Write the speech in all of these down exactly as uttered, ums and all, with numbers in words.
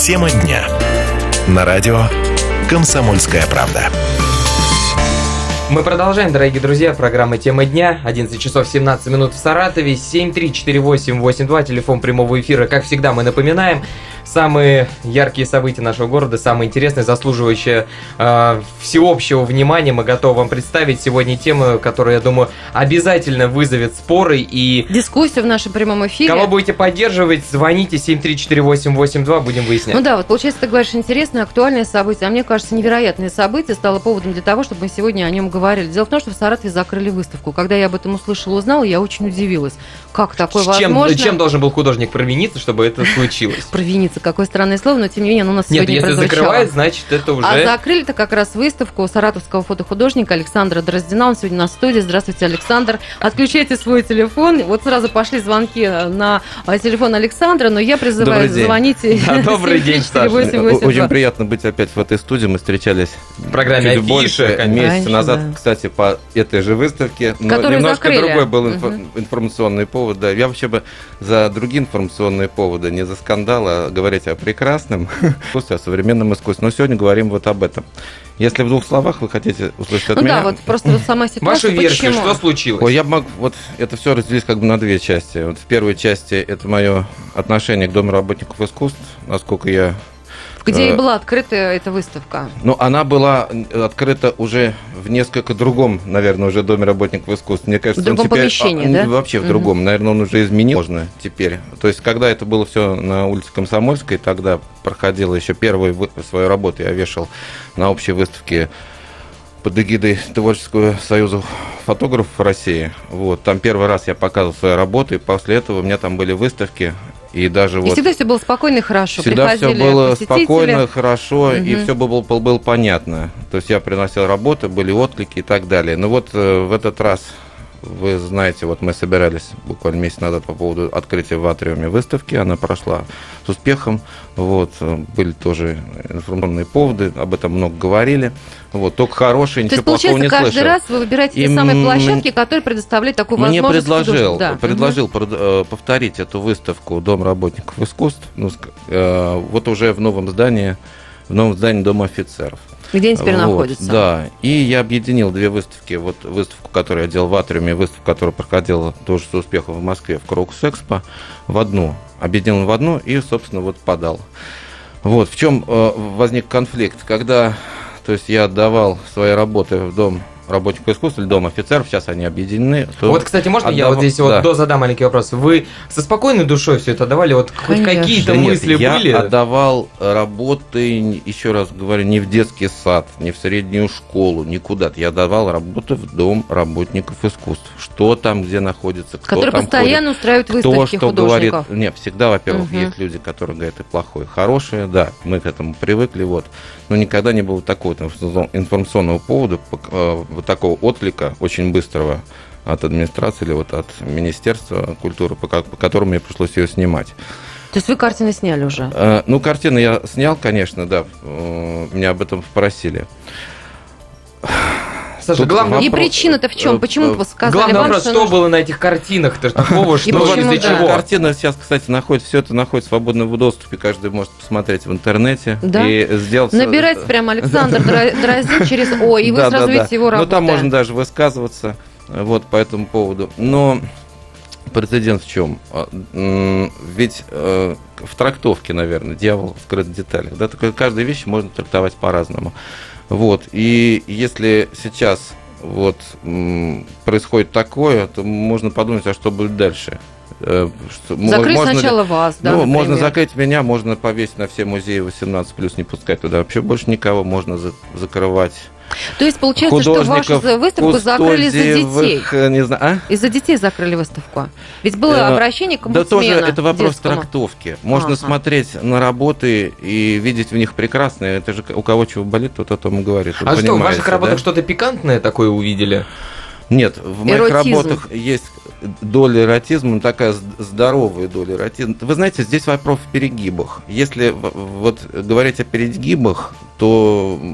Тема дня. На радио «Комсомольская правда». Мы продолжаем, дорогие друзья, программа «Тема дня». одиннадцать часов семнадцать минут в Саратове. семь три четыре восемь восемь два, телефон прямого эфира. Как всегда, мы напоминаем. Самые яркие события нашего города, самые интересные, заслуживающие э, всеобщего внимания мы готовы вам представить. Сегодня тема, которая, я думаю, обязательно вызовет споры и... дискуссию в нашем прямом эфире. Кого будете поддерживать, звоните семь три четыре восемь восемь два, будем выяснять. Ну да, вот получается, ты говоришь, интересное, актуальное событие, а мне кажется, невероятное событие стало поводом для того, чтобы мы сегодня о нем говорили. Дело в том, что в Саратове закрыли выставку. Когда я об этом услышала, узнала, я очень удивилась. Как такое чем, возможно? Чем должен был художник провиниться, чтобы это случилось? Провиниться, какое странное слово, но тем не менее оно у нас Нет, сегодня если прозвучало. закрывает, значит это уже... А закрыли-то как раз выставку саратовского фотохудожника Александра Дроздина. Он сегодня на студии. Здравствуйте, Александр. Отключайте свой телефон. Вот сразу пошли звонки на телефон Александра, но я призываю, звоните. Да, добрый день, Саша. Очень приятно быть опять в этой студии. Мы встречались в программе чуть больше месяца назад, кстати, по этой же выставке. Но немножко другой был информационный повод. Да. Я вообще бы за другие информационные поводы, не за скандалы, а говорить о прекрасном искусстве, о современном искусстве. Но сегодня говорим вот об этом. Если в двух словах вы хотите услышать от ну меня... Ну да, вот просто вот сама ситуация. Вашу версию, почему? что случилось? Ой, я могу вот это все разделить как бы на две части. Вот в первой части это мое отношение к Дому работников искусств, насколько я... Где и была открыта эта выставка? Ну, она была открыта уже в несколько другом, наверное, уже Доме работников искусств. Мне кажется, в другом теперь, помещении, а, да? Вообще в другом. Mm-hmm. Наверное, он уже изменил. Можно теперь. То есть, когда это было все на улице Комсомольской, тогда проходила еще первую свою работу. Я вешал на общей выставке под эгидой Творческого союза фотографов России. Вот. Там первый раз я показывал свои работы, и после этого у меня там были выставки. И даже и вот всегда все было спокойно и хорошо. Всегда все было посетители. спокойно, хорошо, угу. И все было, было понятно. То есть я приносил работы, были отклики и так далее. Но вот э, в этот раз, вы знаете, вот мы собирались буквально месяц назад по поводу открытия в Атриуме выставки. Она прошла с успехом. Вот, были тоже информационные поводы, об этом много говорили. Вот, только хорошие, ничего плохого не слышал. То есть, получается, каждый раз вы выбираете те самые площадки, которые предоставляют такую мне возможность. Мне предложил, да. предложил угу. повторить эту выставку Дом работников искусств, ну, вот уже в новом здании, в новом здании Дома офицеров. Где они теперь вот, находятся? Да, и я объединил две выставки. Вот выставку, которую я делал в Атриуме, и выставку, которая проходила тоже с успехом в Москве, в Крокус Экспо, в одну. Объединил в одну и, собственно, вот подал. Вот, в чем э, возник конфликт. Когда, то есть, я отдавал свои работы в Дом работников искусств или Дом офицеров, сейчас они объединены. Вот, кстати, можно отдав... я вот здесь да. вот до задам маленький вопрос? Вы со спокойной душой все это отдавали? Вот хоть какие-то да мысли нет, были? Я отдавал работы, еще раз говорю, не в детский сад, не в среднюю школу, никуда. Я отдавал работы в Дом работников искусств. Что там, где находится, кто Который там постоянно ходит, устраивает выставки кто, что художников. Говорит. Нет, всегда, во-первых, угу. есть люди, которые говорят, и плохое, и хорошее. Да, мы к этому привыкли, вот. Но никогда не было такого информационного повода, вот такого отклика, очень быстрого от администрации или вот от Министерства культуры, по, по которому мне пришлось ее снимать. То есть вы картины сняли уже? Э, ну, картины я снял, конечно, да. Э, меня об этом попросили. Саша, главное... И причина-то в чем? Почему вы сказали Главный вам, вопрос, что, что нужно... было на этих картинах-то такого, что из-за чего? Картина сейчас, кстати, находится, все это находится свободно в доступе, каждый может посмотреть в интернете. Да? И сделать... Набирайте прямо Александр Дроздин через О, и вы да, сразу да, видите да. его работу. Ну, там можно даже высказываться вот по этому поводу. Но прецедент в чем? Ведь э, в трактовке, наверное, дьявол скрыт в деталях. Да? Так каждую вещь можно трактовать по-разному. Вот. И если сейчас вот, м, происходит такое, то можно подумать, а что будет дальше. Что, закрыть можно сначала ли, вас, да, ну, например. Можно закрыть меня, можно повесить на все музеи восемнадцать плюс, не пускать туда вообще больше никого, можно за, закрывать. То есть получается, что вашу выставку закрыли из-за детей? Не знаю, а? Из-за детей закрыли выставку. Ведь было обращение к омбудсмену. Да тоже это вопрос детскому. трактовки. Можно ага. смотреть на работы и видеть в них прекрасное. Это же у кого чего болит, тот о том и говорит. А что, в ваших работах да? что-то пикантное такое увидели? Нет, в моих Эротизм. работах есть доля эротизма, ну, такая здоровая доля эротизма. Вы знаете, здесь вопрос в перегибах. Если вот говорить о перегибах, то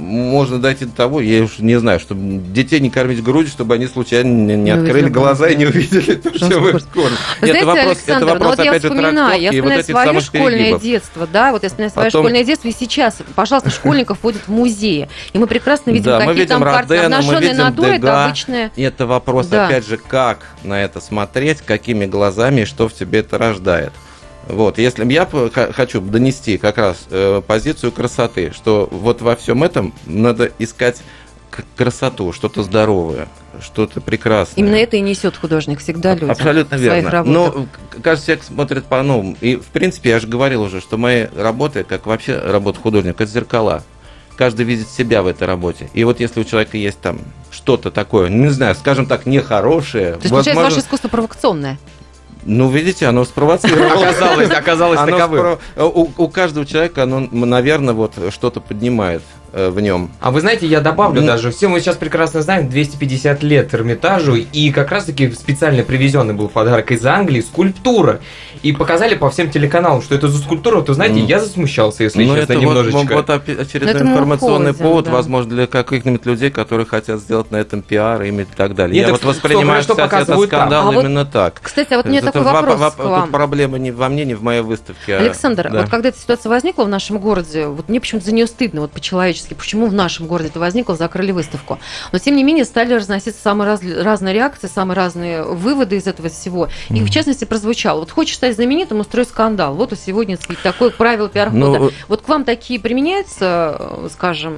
можно дойти до того, я уж не знаю, чтобы детей не кормить грудью, чтобы они случайно не, не Ну, открыли видно, глаза да. и не увидели то, что вы кормите. Знаете, Это вопрос, Александр, это вопрос ну вот я опять же, вспоминаю, я трактовки и вот вспоминаю этих свое самых школьное перегибов. детство, да, вот я вспоминаю свое Потом- школьное детство, и сейчас, пожалуйста, школьников водят в музеи, и мы прекрасно видим, Да, мы какие видим там картины, Родена, мы обнаженные видим надуи, это Дега. обычные... И это вопрос, Да. опять же, как на это смотреть, какими глазами и что в тебе это рождает. Вот, если я п- х- хочу донести как раз э, позицию красоты, что вот во всем этом надо искать к- красоту, что-то здоровое, что-то прекрасное. Именно это и несет художник всегда людям. Абсолютно в своих верно. работах. Но к- каждый человек смотрит по-новому. И, в принципе, я же говорил уже, что мои работы, как вообще работа художника, это зеркала. Каждый видит себя в этой работе. И вот если у человека есть там что-то такое, ну, не знаю, скажем так, нехорошее, То есть, получается, ваше искусство провокационное. ну, видите, оно спровоцировало. Оказалось, оказалось Оно таковым. спро- у, у каждого человека оно, наверное, вот что-то поднимает э, в нем. А вы знаете, я добавлю Ну. даже, все мы сейчас прекрасно знаем, двести пятьдесят лет Эрмитажу, и как раз-таки специально привезенный был подарок из Англии, скульптура. И показали по всем телеканалам, что это за скульптура. Вот, вы знаете, М. я засмущался, если Ну, честно, это вот, немножечко. вот опе- очередной Это мы информационный уходим, повод, да. возможно, для каких-нибудь людей, которые хотят сделать на этом пиар, имя и так далее. Нет, Я так вот что воспринимаю, хорошо кстати, этот показывают там. скандал А вот, именно так. Кстати, а вот у меня Это такой ва- вопрос ва- к вам. Тут проблема не во мне, не в моей выставке. а- Александр, да. вот когда эта ситуация возникла в нашем городе, вот мне почему-то за нее стыдно, вот по-человечески, почему в нашем городе это возникло, закрыли выставку. Но, тем не менее, стали разноситься самые раз- разные реакции, самые разные выводы из этого всего. И, в частности, прозвучало, вот хочешь стать знаменитым, устрой скандал. Вот и сегодня такое правило пиар-хода. Ну, Вот к вам такие применяются, э, скажем,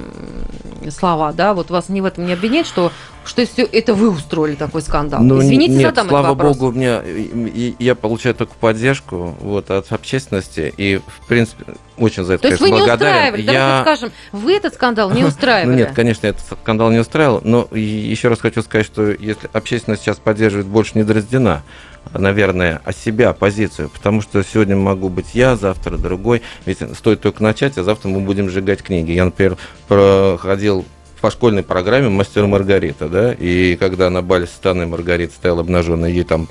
слова, да? Вот вас не в этом не обвинять, что, что все это вы устроили такой скандал. Ну, Извините, нет, задам слава этот вопрос. богу, у меня, и- и я получаю только поддержку вот, от общественности, и, в принципе, очень за это, То есть конечно, вы не благодарен. устраивали, Я- давайте скажем, вы этот скандал не устраивали. Ну нет, конечно, этот скандал не устраивал, но и еще раз хочу сказать, что если общественность сейчас поддерживает больше не Дроздина, а, наверное, а себя, позицию, потому что сегодня могу быть я, завтра другой, ведь стоит только начать, а завтра мы будем сжигать книги. Я, например, проходил по школьной программе «Мастер и Маргарита», да, и когда на бале Сатаны Маргарита стояла обнаженная, ей там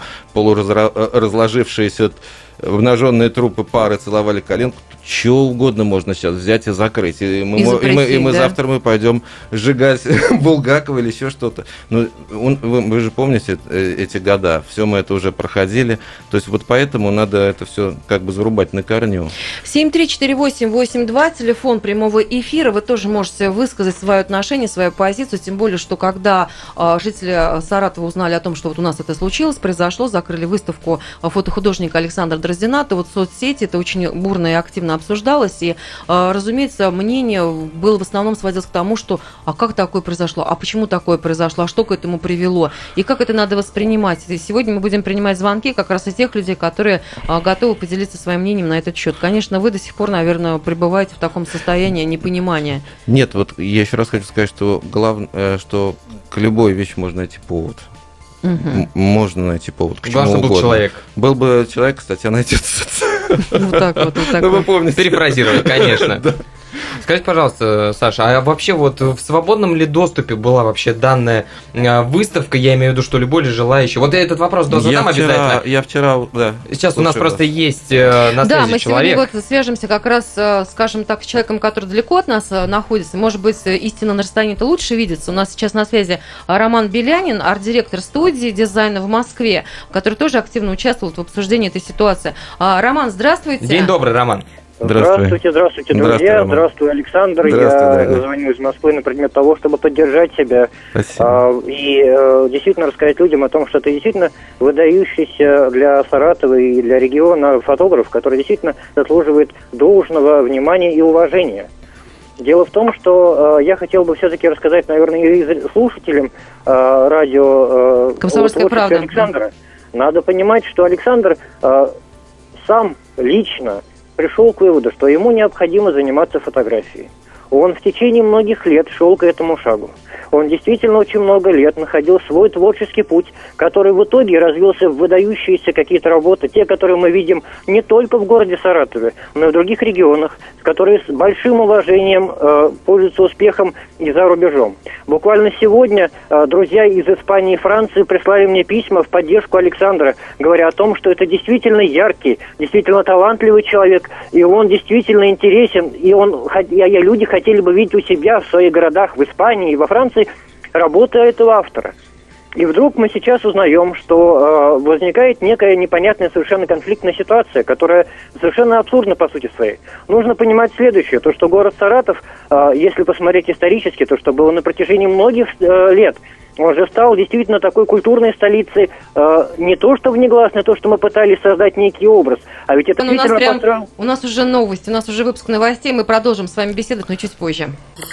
полуразложившиеся обнаженные трупы пары целовали коленку, что угодно можно сейчас взять и закрыть. И мы, И мо- и мы, и мы запретить, да. завтра мы пойдем сжигать Булгакова или еще что-то. Ну, он- вы, вы же помните э, эти года, все мы это уже проходили. То есть вот поэтому надо это все как бы зарубать на корню. семь три четыре восемь восемь два, телефон прямого эфира. Вы тоже можете высказать свое отношение, свою позицию. Тем более, что когда а, жители Саратова узнали о том, что вот у нас это случилось, произошло, закрыли выставку а, фотохудожника Александра Дроздина, то вот в соцсети это очень бурно и активно обсуждалось. И, а, разумеется, мнение было в основном сводилось к тому, что а как такое произошло, а почему такое произошло, а что к этому привело, и как это надо воспринимать. И сегодня мы будем принимать звонки как раз из тех людей, которые а, готовы поделиться своим мнением на этот счет. Конечно, вы до сих пор, наверное, пребываете в таком состоянии непонимания. Нет, вот я еще раз хочу сказать, что главное, что к любой вещи можно найти повод. Мгм. М- Можно найти повод к чему Главное, чтобы был угодно. человек. Был бы человек, статья найдется. Вот так вот, вот так Ну, вы вот. помните. Перефразировать, конечно. Скажите, пожалуйста, Саша, а вообще вот в свободном ли доступе была вообще данная э, выставка? Я имею в виду, что любой ли желающий. Вот я этот вопрос да, задам Я вчера, обязательно. я вчера, да. Сейчас у нас слушаю просто вас. есть э, на Да, связи мы человек. сегодня вот свяжемся как раз, э, скажем так, с человеком, который далеко от нас э, находится. Может быть, э, истинно на расстоянии-то лучше видится. У нас сейчас на связи а, Роман Белянин, арт-директор студии дизайна в Москве, который тоже активно участвовал в обсуждении этой ситуации. А, Роман, здравствуйте. День добрый, Роман. Здравствуй. Здравствуйте, здравствуйте, Здравствуй, друзья. Роман. Здравствуй, Александр. Здравствуй, Я дорогой. звоню из Москвы на предмет того, чтобы поддержать себя Спасибо. а, и э, действительно рассказать людям о том, что ты действительно выдающийся для Саратова и для региона фотограф, который действительно заслуживает должного внимания и уважения. Дело в том, что э, я хотел бы все-таки рассказать, наверное, и слушателям э, радио э, «Комсомольская о творчестве правда». Александра. Надо понимать, что Александр э, сам лично пришел к выводу, что ему необходимо заниматься фотографией. Он в течение многих лет шел к этому шагу. Он действительно очень много лет находил свой творческий путь, который в итоге развился в выдающиеся какие-то работы, те, которые мы видим не только в городе Саратове, но и в других регионах, которые с большим уважением э, пользуются успехом и за рубежом. Буквально сегодня э, друзья из Испании и Франции прислали мне письма в поддержку Александра, говоря о том, что это действительно яркий, действительно талантливый человек, и он действительно интересен, и он, и люди хотели бы видеть у себя в своих городах, в Испании и во Франции, работы этого автора. И вдруг мы сейчас узнаем, что э, возникает некая непонятная совершенно конфликтная ситуация, которая совершенно абсурдна по сути своей. Нужно понимать следующее, то что город Саратов, э, если посмотреть исторически, то что было на протяжении многих э, лет, он же стал действительно такой культурной столицей, э, не то что внегласно, то, что мы пытались создать некий образ, а ведь это у нас, действительно прям, построил... у нас уже новости, у нас уже выпуск новостей, мы продолжим с вами беседовать, но чуть позже.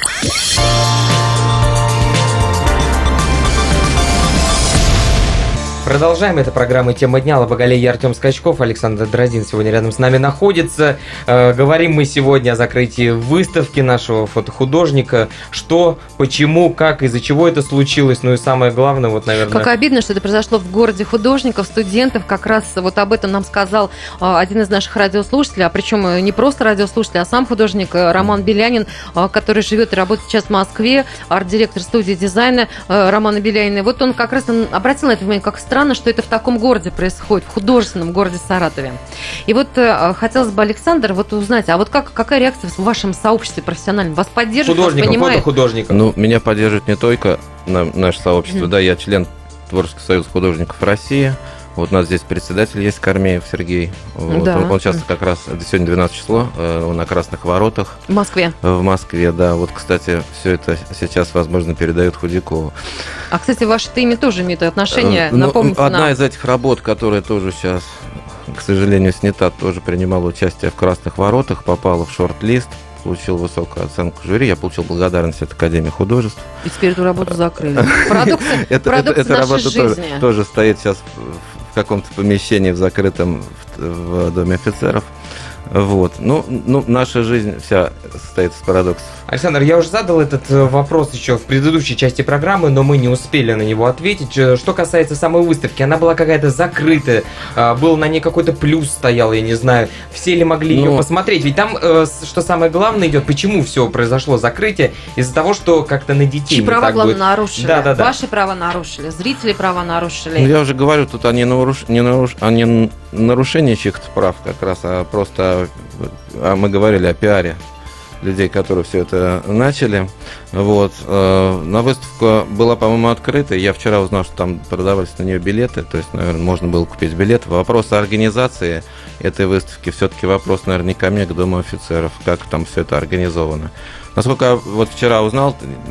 Продолжаем. Это программа «Тема дня». Лобогалей и Артем Скачков. Александр Дроздин сегодня рядом с нами находится. Э, говорим мы сегодня о закрытии выставки нашего фотохудожника. Что, почему, как, из-за чего это случилось. Ну и самое главное, вот, наверное... Как обидно, что это произошло в городе художников, студентов. Как раз вот об этом нам сказал э, один из наших радиослушателей, а причем не просто радиослушатель, а сам художник э, Роман Белянин, э, который живет и работает сейчас в Москве, арт-директор студии дизайна э, Романа Белянина. Вот он как раз он обратил на это внимание, как странно, что это в таком городе происходит, в художественном городе Саратове. И вот э, хотелось бы, Александр, вот узнать, а вот как, какая реакция в вашем сообществе профессиональном? Вас поддерживают, вас Художников, понимают? фотохудожников. Ну, меня поддерживает не только на, наше сообщество, Mm-hmm. да, я член Творческого союза художников России. Вот у нас здесь председатель есть, Кормеев Сергей. Вот. Да. Он, он сейчас как раз, сегодня двенадцатое число, э, он на Красных Воротах. В Москве. В Москве, да. Вот, кстати, все это сейчас, возможно, передают Худякову. А, кстати, ваше имя тоже имеет отношение, Э, ну, напомните одна нам. из этих работ, которая тоже сейчас, к сожалению, снята, тоже принимала участие в Красных Воротах, попала в шорт-лист, получил высокую оценку жюри, я получил благодарность от Академии художеств. И теперь эту работу закрыли. Продукция, Это- продукция это- эта нашей работа тоже, жизни. тоже стоит сейчас в, в каком-то помещении в закрытом в, в Доме офицеров. Вот. Ну, ну, наша жизнь вся состоит из парадоксов. Александр, я уже задал этот э, вопрос еще в предыдущей части программы, но мы не успели на него ответить. Э, Что касается самой выставки, она была какая-то закрытая, э, был на ней какой-то плюс стоял, я не знаю, все ли могли ее Ну, посмотреть. Ведь там, э, с- что самое главное идет, почему все произошло закрытие, из-за того, что как-то на детей Чьи не права, так главное, будет. нарушили? Да, да, да. Ваши права нарушили, зрители права нарушили. Ну, я уже говорю, тут они наруш... не, наруш... а не нарушение чьих-то прав как раз, а просто а мы говорили о пиаре людей, которые все это начали. Вот. э, На выставку была, по-моему, открыта. Я вчера узнал, что там продавались на нее билеты. То есть, наверное, можно было купить билеты. Вопрос организации этой выставки все-таки вопрос, наверное, не ко мне, а к Дому офицеров. Как там все это организовано. Насколько я вот вчера узнал,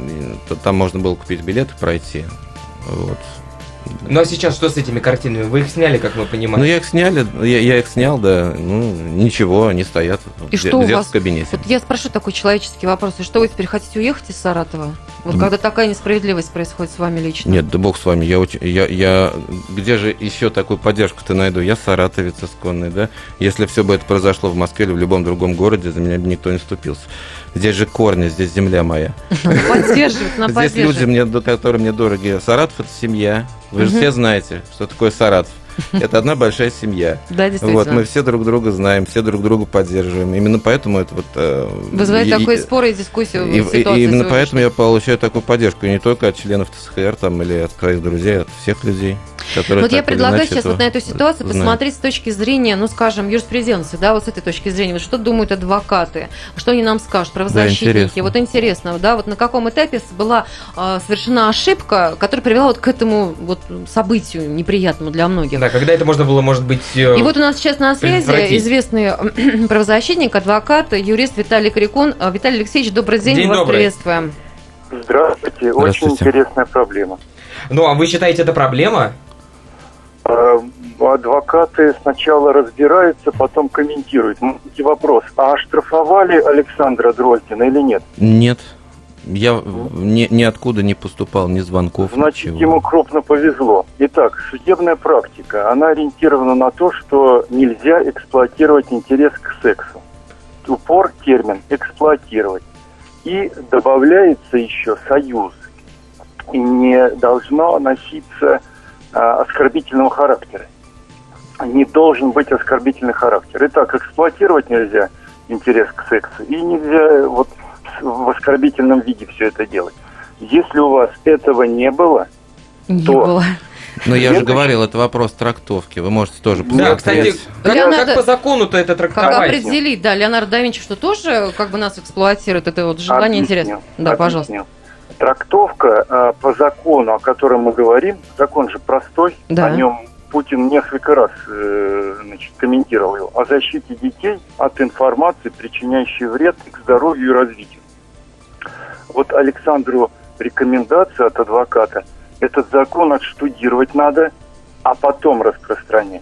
то там можно было купить билеты, пройти. Вот. Ну а сейчас что с этими картинами? Вы их сняли, как мы понимаем? Ну, я их сняли, я, я их снял, да, ну, ничего, они стоят И в, что у где-то вас? в кабинете. Вот я спрошу такой человеческий вопрос. И что, вы теперь хотите уехать из Саратова? Вот Ну, когда такая несправедливость происходит с вами лично. Нет, да бог с вами, я, очень, я, я где же еще такую поддержку-то найду? Я саратовец исконный, да? Если все бы это произошло в Москве или в любом другом городе, за меня бы никто не вступился. Здесь же корни, здесь земля моя. Поддерживает, на Здесь люди, мне, до- которые мне дороги. Саратов – это семья. Вы же Мгм. все знаете, что такое Саратов. Это одна большая семья. Да, действительно. Вот, мы все друг друга знаем, все друг друга поддерживаем. Именно поэтому это вот... э, Вызывает и- такой и- спор и дискуссию И, в и- ситуации и именно сегодняшней. поэтому я получаю такую поддержку, и не только от членов ТСХР там, или от своих друзей, а от всех людей, которые Вот я так или предлагаю иначе сейчас это вот на эту ситуацию знают. посмотреть с точки зрения, ну, скажем, юриспруденции, да, вот с этой точки зрения. Вот что думают адвокаты, что они нам скажут, правозащитники. интересно. Вот интересно, да, вот на каком этапе была э, совершена ошибка, которая привела вот к этому вот событию неприятному для многих. Да, когда это можно было, может быть... э, И вот у нас сейчас на связи предотвратить. известный правозащитник, адвокат, юрист Виталий Крикун. Виталий Алексеевич, добрый день, День вас добрый. приветствуем. Здравствуйте. Очень Здравствуйте. интересная проблема. Ну, а вы считаете, это проблема? Э, Адвокаты сначала разбираются, потом комментируют. Маленький вопрос. А оштрафовали Александра Дроздина или нет? Нет, я в- ни, ниоткуда не поступал, ни звонков, Значит, ничего. ему крупно повезло. Итак, судебная практика, она ориентирована на то, что нельзя эксплуатировать интерес к сексу. Упор термин «эксплуатировать». И добавляется еще союз. и не должно носиться а, оскорбительного характера. Не должен быть оскорбительный характер. Итак, эксплуатировать нельзя интерес к сексу, и нельзя вот в оскорбительном виде все это делать. Если у вас этого не было, Не то... было. Но я же Следующий- говорил, это вопрос трактовки. Вы можете тоже Да, посмотреть. кстати, как, Леонардо- как по закону-то это Как трактовать? определить, да, Леонардо да Винчи, что тоже как бы нас эксплуатирует, это вот желание Объясню, интересно. Да, пожалуйста. объясню. Трактовка а, по закону, о котором мы говорим, закон же простой, Да. о нем Путин несколько раз э, значит, комментировал его, о защите детей от информации, причиняющей вред их здоровью и развитию. Вот Александру рекомендация от адвоката: этот закон отштудировать надо, а потом распространять.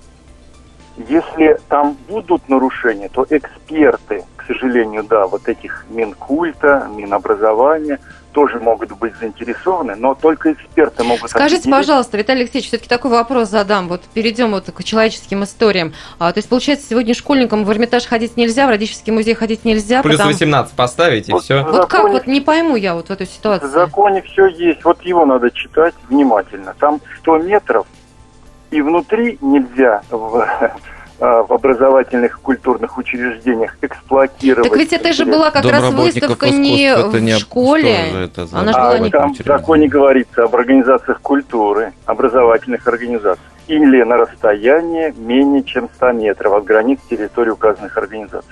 Если там будут нарушения, то эксперты, к сожалению, да, вот этих Минкульта, Минобразования, тоже могут быть заинтересованы, но только эксперты могут... Скажите, определить. пожалуйста, Виталий Алексеевич, все-таки такой вопрос задам. Вот перейдем вот к человеческим историям. А, то есть, получается, сегодня школьникам в Эрмитаж ходить нельзя, в Родительский музей ходить нельзя. Плюс потому- восемнадцать поставить, и Вот все. в Вот как, законе- вот не пойму я вот в этой В ситуации. законе все есть, вот его надо читать внимательно. Там сто метров, и внутри нельзя в, в образовательных культурных учреждениях эксплуатировать. Так ведь это же была как Дом раз работников выставка искусств, не это не в об- школе. что же это за Она же А была образовательное не... там в учреждение? законе говорится об организациях культуры, образовательных организациях. Или на расстоянии менее чем сто метров от границ территории указанных организаций.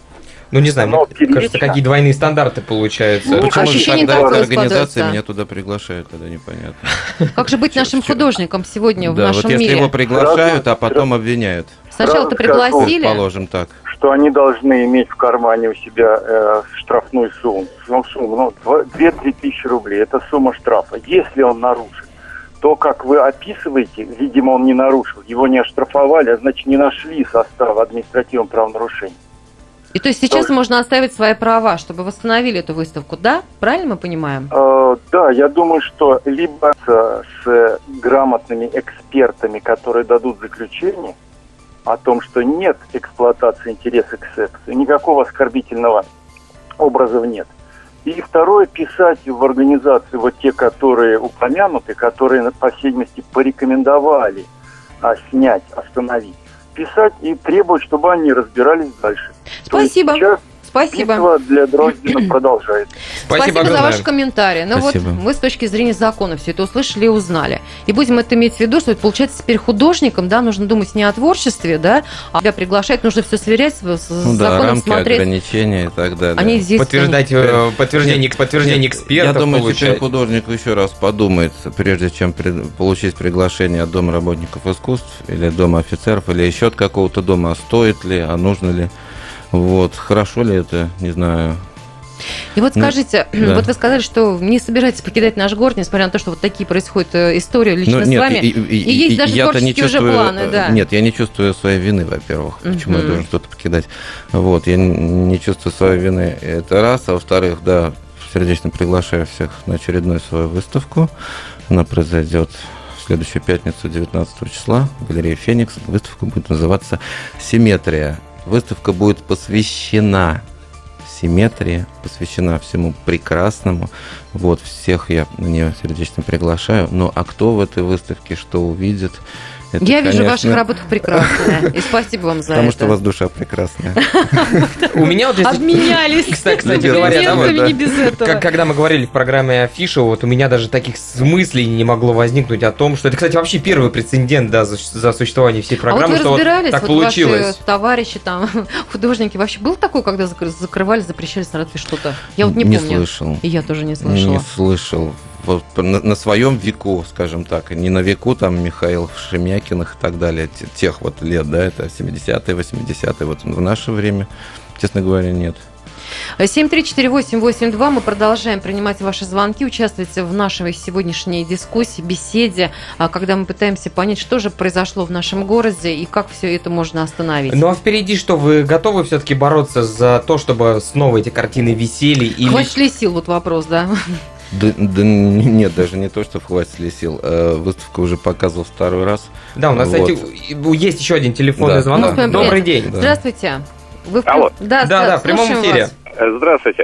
Ну, не знаю, Но мне кажется, перечислено. какие двойные стандарты получаются. Ну, Почему же ощущение тогда такое эта организация складывается. меня туда приглашает, тогда непонятно. Как же быть нашим Чё- художником сегодня в Да, нашем вот если мире? его приглашают, Сразу- а потом обвиняют. Сначала-то сразу пригласили. Положим так. Что они должны иметь в кармане у себя э, штрафную сумму, ну, сумму, ну, два- две-три тысячи рублей. Это сумма штрафа. Если он нарушит, то, как вы описываете, видимо, он не нарушил, его не оштрафовали, а значит, не нашли состав административного правонарушения. И то есть сейчас Тоже. можно оставить свои права, чтобы восстановили эту выставку, да? Правильно мы понимаем? Э, да, я думаю, что либо с, с грамотными экспертами, которые дадут заключение о том, что нет эксплуатации интереса к сексу, никакого оскорбительного образа нет. И второе, писать в организации вот те, которые упомянуты, которые, по всей видимости, порекомендовали а, снять, остановить, писать и требовать, чтобы они разбирались дальше. То есть Спасибо. сейчас Спасибо. битва для Дроздина продолжается. Спасибо за огромное. ваши комментарии. Ну Спасибо. вот мы с точки зрения закона все это услышали и узнали. И будем это иметь в виду, что получается теперь художникам, да, нужно думать не о творчестве, да, а тебя приглашать, нужно все сверять с, с Ну да, законом, рамки, смотреть. ограничения и так далее. Они здесь... Подтверждать, э, подтверждение, подтверждение Нет, экспертов Я думаю, получать. теперь художник еще раз подумает, прежде чем пред- получить приглашение от Дома работников искусств или Дома офицеров, или еще от какого-то дома, а стоит ли, а нужно ли. Вот, хорошо ли это, не знаю. И вот Ну, скажите, да. вот вы сказали, что не собираетесь покидать наш город, несмотря на то, что вот такие происходят э, истории лично Ну, с нет, вами. и, и- И есть и- даже я-то не творческие уже чувствую, планы, э, да. Нет, я не чувствую своей вины, во-первых. Почему я Мгм. должен что-то покидать? Вот, я н- не чувствую своей вины. Это раз. А во-вторых, да, сердечно приглашаю всех на очередную свою выставку. Она произойдет в следующую пятницу, девятнадцатого числа, в галерее «Феникс». Выставка будет называться «Симметрия». Выставка будет посвящена симметрии, посвящена всему прекрасному. Вот, всех я на нее сердечно приглашаю. Ну, а кто в этой выставке что увидит? Это, Я вижу в конечно, ваших работах прекрасное. И спасибо вам за Потому это. что у вас душа прекрасная. У меня вот здесь... Обменялись. Кстати, кстати Любезно, говоря, да, вот, комплиментами, да. не без этого. Как, когда мы говорили в программе Афиша, вот у меня даже таких мыслей не могло возникнуть о том, что это, кстати, вообще первый прецедент, да, за, за существование всей А вот программы, вы что вот разбирались, так вот получилось. ваши товарищи, там, художники, вообще был такой, когда закры- закрывали, запрещали в Саратове что-то? Я вот не, Не помню. слышал. И я тоже не слышала. Не слышал. Вот на, на своем веку, скажем так, не на веку там Михаил Шемякиных и так далее, те- тех вот лет, да, это семидесятые, восьмидесятые, вот в наше время, честно говоря, нет. семь три четыре восемь восемь два. Мы продолжаем принимать ваши звонки, участвуйте в нашей сегодняшней дискуссии, беседе, а, когда мы пытаемся понять, что же произошло в нашем городе и как все это можно остановить. Ну а впереди что, вы готовы все-таки бороться за то, чтобы снова эти картины висели? Или... Хватит ли сил, вот вопрос, да? Да, да нет, даже не то, что хватит ли сил. Э, Выставка уже показывал второй раз. Да, у нас, Вот. кстати, есть еще один телефонный Да, звонок. да. Добрый день. Да. Здравствуйте. Вы в... Алло. Да, Да, да, в прямом слушаем эфире. вас. Здравствуйте.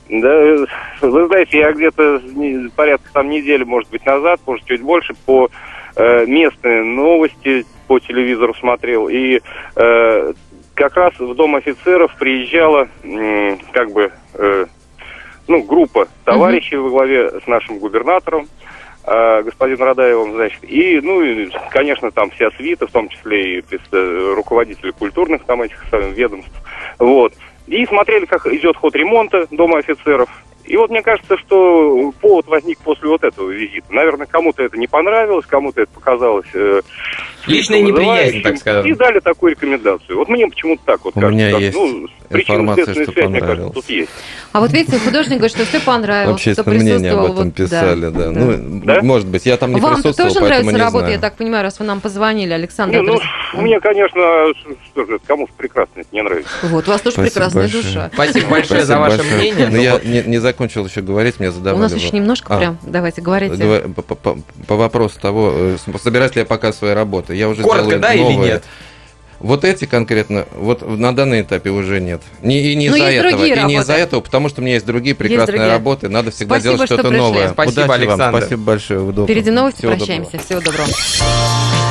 Да, вы знаете, я где-то не- порядка там недели, может быть, назад, может, чуть больше, по э, местные новости по телевизору смотрел, и э, как раз в Дом офицеров приезжала, м, как бы, э, ну, группа товарищей во главе с нашим губернатором, э, господином Радаевым, значит, и, ну, и, конечно, там вся свита, в том числе и пред- руководители культурных там этих самых ведомств, вот. И смотрели, как идет ход ремонта Дома офицеров. И вот мне кажется, что повод возник после вот этого визита. Наверное, кому-то это не понравилось, кому-то это показалось... Э, Личная неприязнь, так сказать. И дали такую рекомендацию. Вот мне почему-то так вот У кажется. меня как, есть ну, информация, причинно-следственная что связь, мне кажется, понравилось. тут есть. А вот видите, художник говорит, что все понравилось, что Общественное мнение об присутствовал. этом вот, писали, да. да. Ну, Да? может быть, я там не Вам присутствовал, тоже поэтому нравится не работа, знаю. я так понимаю, раз вы нам позвонили, Александр? Не, ну, Дроздин? мне, конечно, что же, кому прекрасно это не нравится. Вот, у вас тоже Спасибо прекрасная большое. душа. Спасибо большое за Спасибо ваше большое. мнение. Но Ну, я вот не, не закончил еще говорить, мне задавали. У нас еще вот- немножко А, прям, давайте, говорите. Говор- По, по- по- по вопросу того, э, с- собираюсь ли я пока свои работы. Я уже коротко, делаю да или новые. нет? Вот эти конкретно, вот на данный этапе уже нет. Не, и не Но из-за есть этого. другие И не из-за работы. этого, потому что у меня есть другие прекрасные другие. работы. Надо всегда Спасибо, делать что что-то пришли. новое. Спасибо, Удачи Александр. вам. Спасибо большое. Удобно. Впереди новости, Всего доброго. прощаемся. Всего доброго.